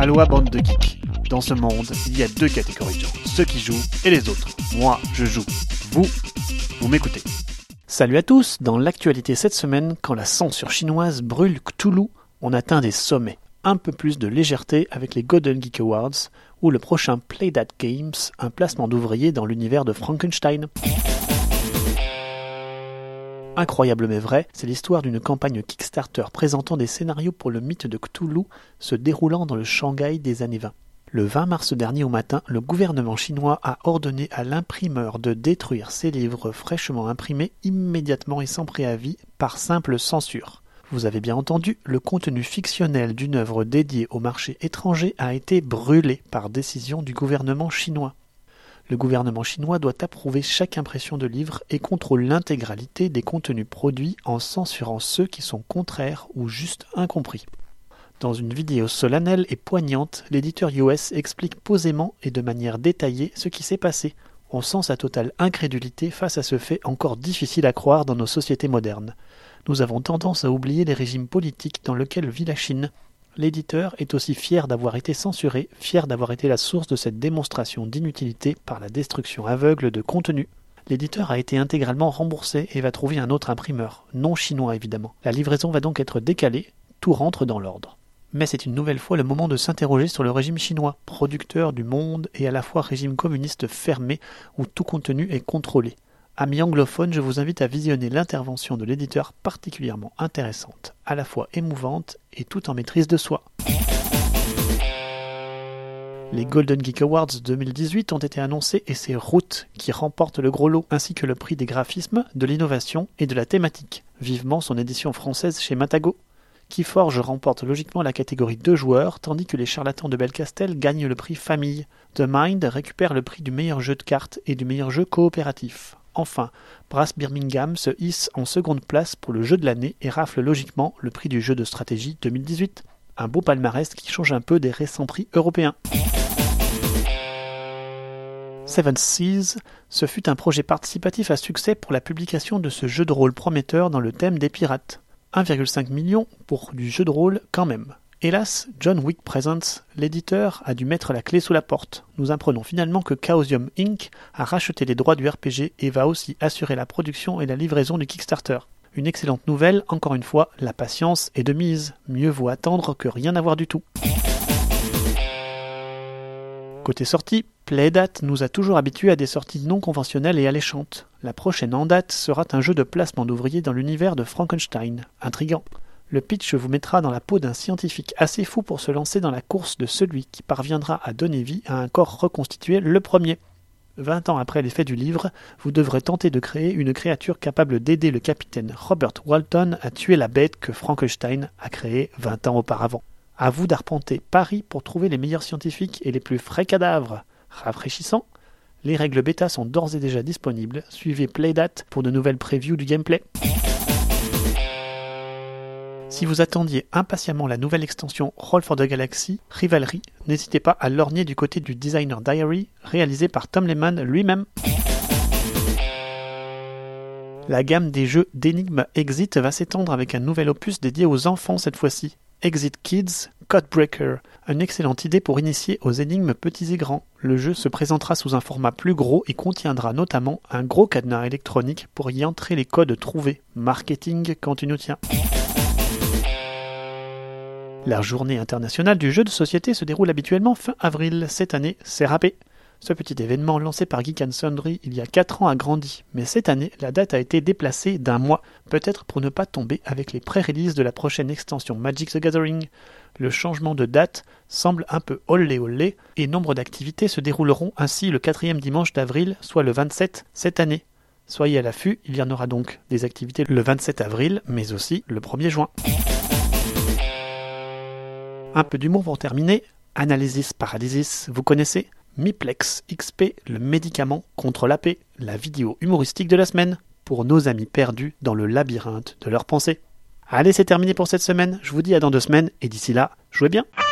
Aloha bande de geeks. Dans ce monde, il y a deux catégories de gens, ceux qui jouent et les autres. Moi, je joue. Vous m'écoutez. Salut à tous. Dans l'actualité cette semaine, quand la censure chinoise brûle Cthulhu, on atteint des sommets. Un peu plus de légèreté avec les Golden Geek Awards ou le prochain Play That Games, un placement d'ouvriers dans l'univers de Frankenstein. Incroyable mais vrai, c'est l'histoire d'une campagne Kickstarter présentant des scénarios pour le mythe de Cthulhu se déroulant dans le Shanghai des années 20. Le 20 mars dernier au matin, le gouvernement chinois a ordonné à l'imprimeur de détruire ses livres fraîchement imprimés immédiatement et sans préavis par simple censure. Vous avez bien entendu, le contenu fictionnel d'une œuvre dédiée au marché étranger a été brûlé par décision du gouvernement chinois. Le gouvernement chinois doit approuver chaque impression de livre et contrôle l'intégralité des contenus produits en censurant ceux qui sont contraires ou juste incompris. Dans une vidéo solennelle et poignante, l'éditeur US explique posément et de manière détaillée ce qui s'est passé. On sent sa totale incrédulité face à ce fait encore difficile à croire dans nos sociétés modernes. Nous avons tendance à oublier les régimes politiques dans lesquels vit la Chine. L'éditeur est aussi fier d'avoir été censuré, fier d'avoir été la source de cette démonstration d'inutilité par la destruction aveugle de contenu. L'éditeur a été intégralement remboursé et va trouver un autre imprimeur, non chinois évidemment. La livraison va donc être décalée, tout rentre dans l'ordre. Mais c'est une nouvelle fois le moment de s'interroger sur le régime chinois, producteur du monde et à la fois régime communiste fermé où tout contenu est contrôlé. Amis anglophones, je vous invite à visionner l'intervention de l'éditeur particulièrement intéressante, à la fois émouvante et tout en maîtrise de soi. Les Golden Geek Awards 2018 ont été annoncés et c'est Root qui remporte le gros lot, ainsi que le prix des graphismes, de l'innovation et de la thématique. Vivement son édition française chez Matago. Keyforge remporte logiquement la catégorie 2 joueurs, tandis que les charlatans de Belcastel gagnent le prix famille. The Mind récupère le prix du meilleur jeu de cartes et du meilleur jeu coopératif. Enfin, Brass Birmingham se hisse en seconde place pour le jeu de l'année et rafle logiquement le prix du jeu de stratégie 2018. Un beau palmarès qui change un peu des récents prix européens. Seven Seas, ce fut un projet participatif à succès pour la publication de ce jeu de rôle prometteur dans le thème des pirates. 1,5 million pour du jeu de rôle quand même. Hélas, John Wick Presents, l'éditeur, a dû mettre la clé sous la porte. Nous apprenons finalement que Chaosium Inc. a racheté les droits du RPG et va aussi assurer la production et la livraison du Kickstarter. Une excellente nouvelle, encore une fois, la patience est de mise. Mieux vaut attendre que rien avoir du tout. Côté sortie, Playdate nous a toujours habitués à des sorties non conventionnelles et alléchantes. La prochaine en date sera un jeu de placement d'ouvriers dans l'univers de Frankenstein. Intriguant. Le pitch vous mettra dans la peau d'un scientifique assez fou pour se lancer dans la course de celui qui parviendra à donner vie à un corps reconstitué le premier. 20 ans après les faits du livre, vous devrez tenter de créer une créature capable d'aider le capitaine Robert Walton à tuer la bête que Frankenstein a créée 20 ans auparavant. À vous d'arpenter Paris pour trouver les meilleurs scientifiques et les plus frais cadavres. Rafraîchissant, les règles bêta sont d'ores et déjà disponibles. Suivez Playdate pour de nouvelles previews du gameplay. Si vous attendiez impatiemment la nouvelle extension Roll for the Galaxy, Rivalry, n'hésitez pas à lorgner du côté du Designer Diary, réalisé par Tom Lehman lui-même. La gamme des jeux d'énigmes Exit va s'étendre avec un nouvel opus dédié aux enfants cette fois-ci. Exit Kids Codebreaker, une excellente idée pour initier aux énigmes petits et grands. Le jeu se présentera sous un format plus gros et contiendra notamment un gros cadenas électronique pour y entrer les codes trouvés. Marketing quand tu nous tiens. La journée internationale du jeu de société se déroule habituellement fin avril. Cette année, c'est râpé. Ce petit événement lancé par Geek & Sundry il y a 4 ans a grandi, mais cette année, la date a été déplacée d'1 mois, peut-être pour ne pas tomber avec les pré-releases de la prochaine extension Magic the Gathering. Le changement de date semble un peu olé et nombre d'activités se dérouleront ainsi le 4e dimanche d'avril, soit le 27 cette année. Soyez à l'affût, il y en aura donc des activités le 27 avril, mais aussi le 1er juin. Un peu d'humour pour terminer. Analysis Paralysis, vous connaissez ? Miplex XP, le médicament contre la paix, la vidéo humoristique de la semaine, pour nos amis perdus dans le labyrinthe de leurs pensées. Allez, c'est terminé pour cette semaine, je vous dis à dans 2 semaines, et d'ici là, jouez bien.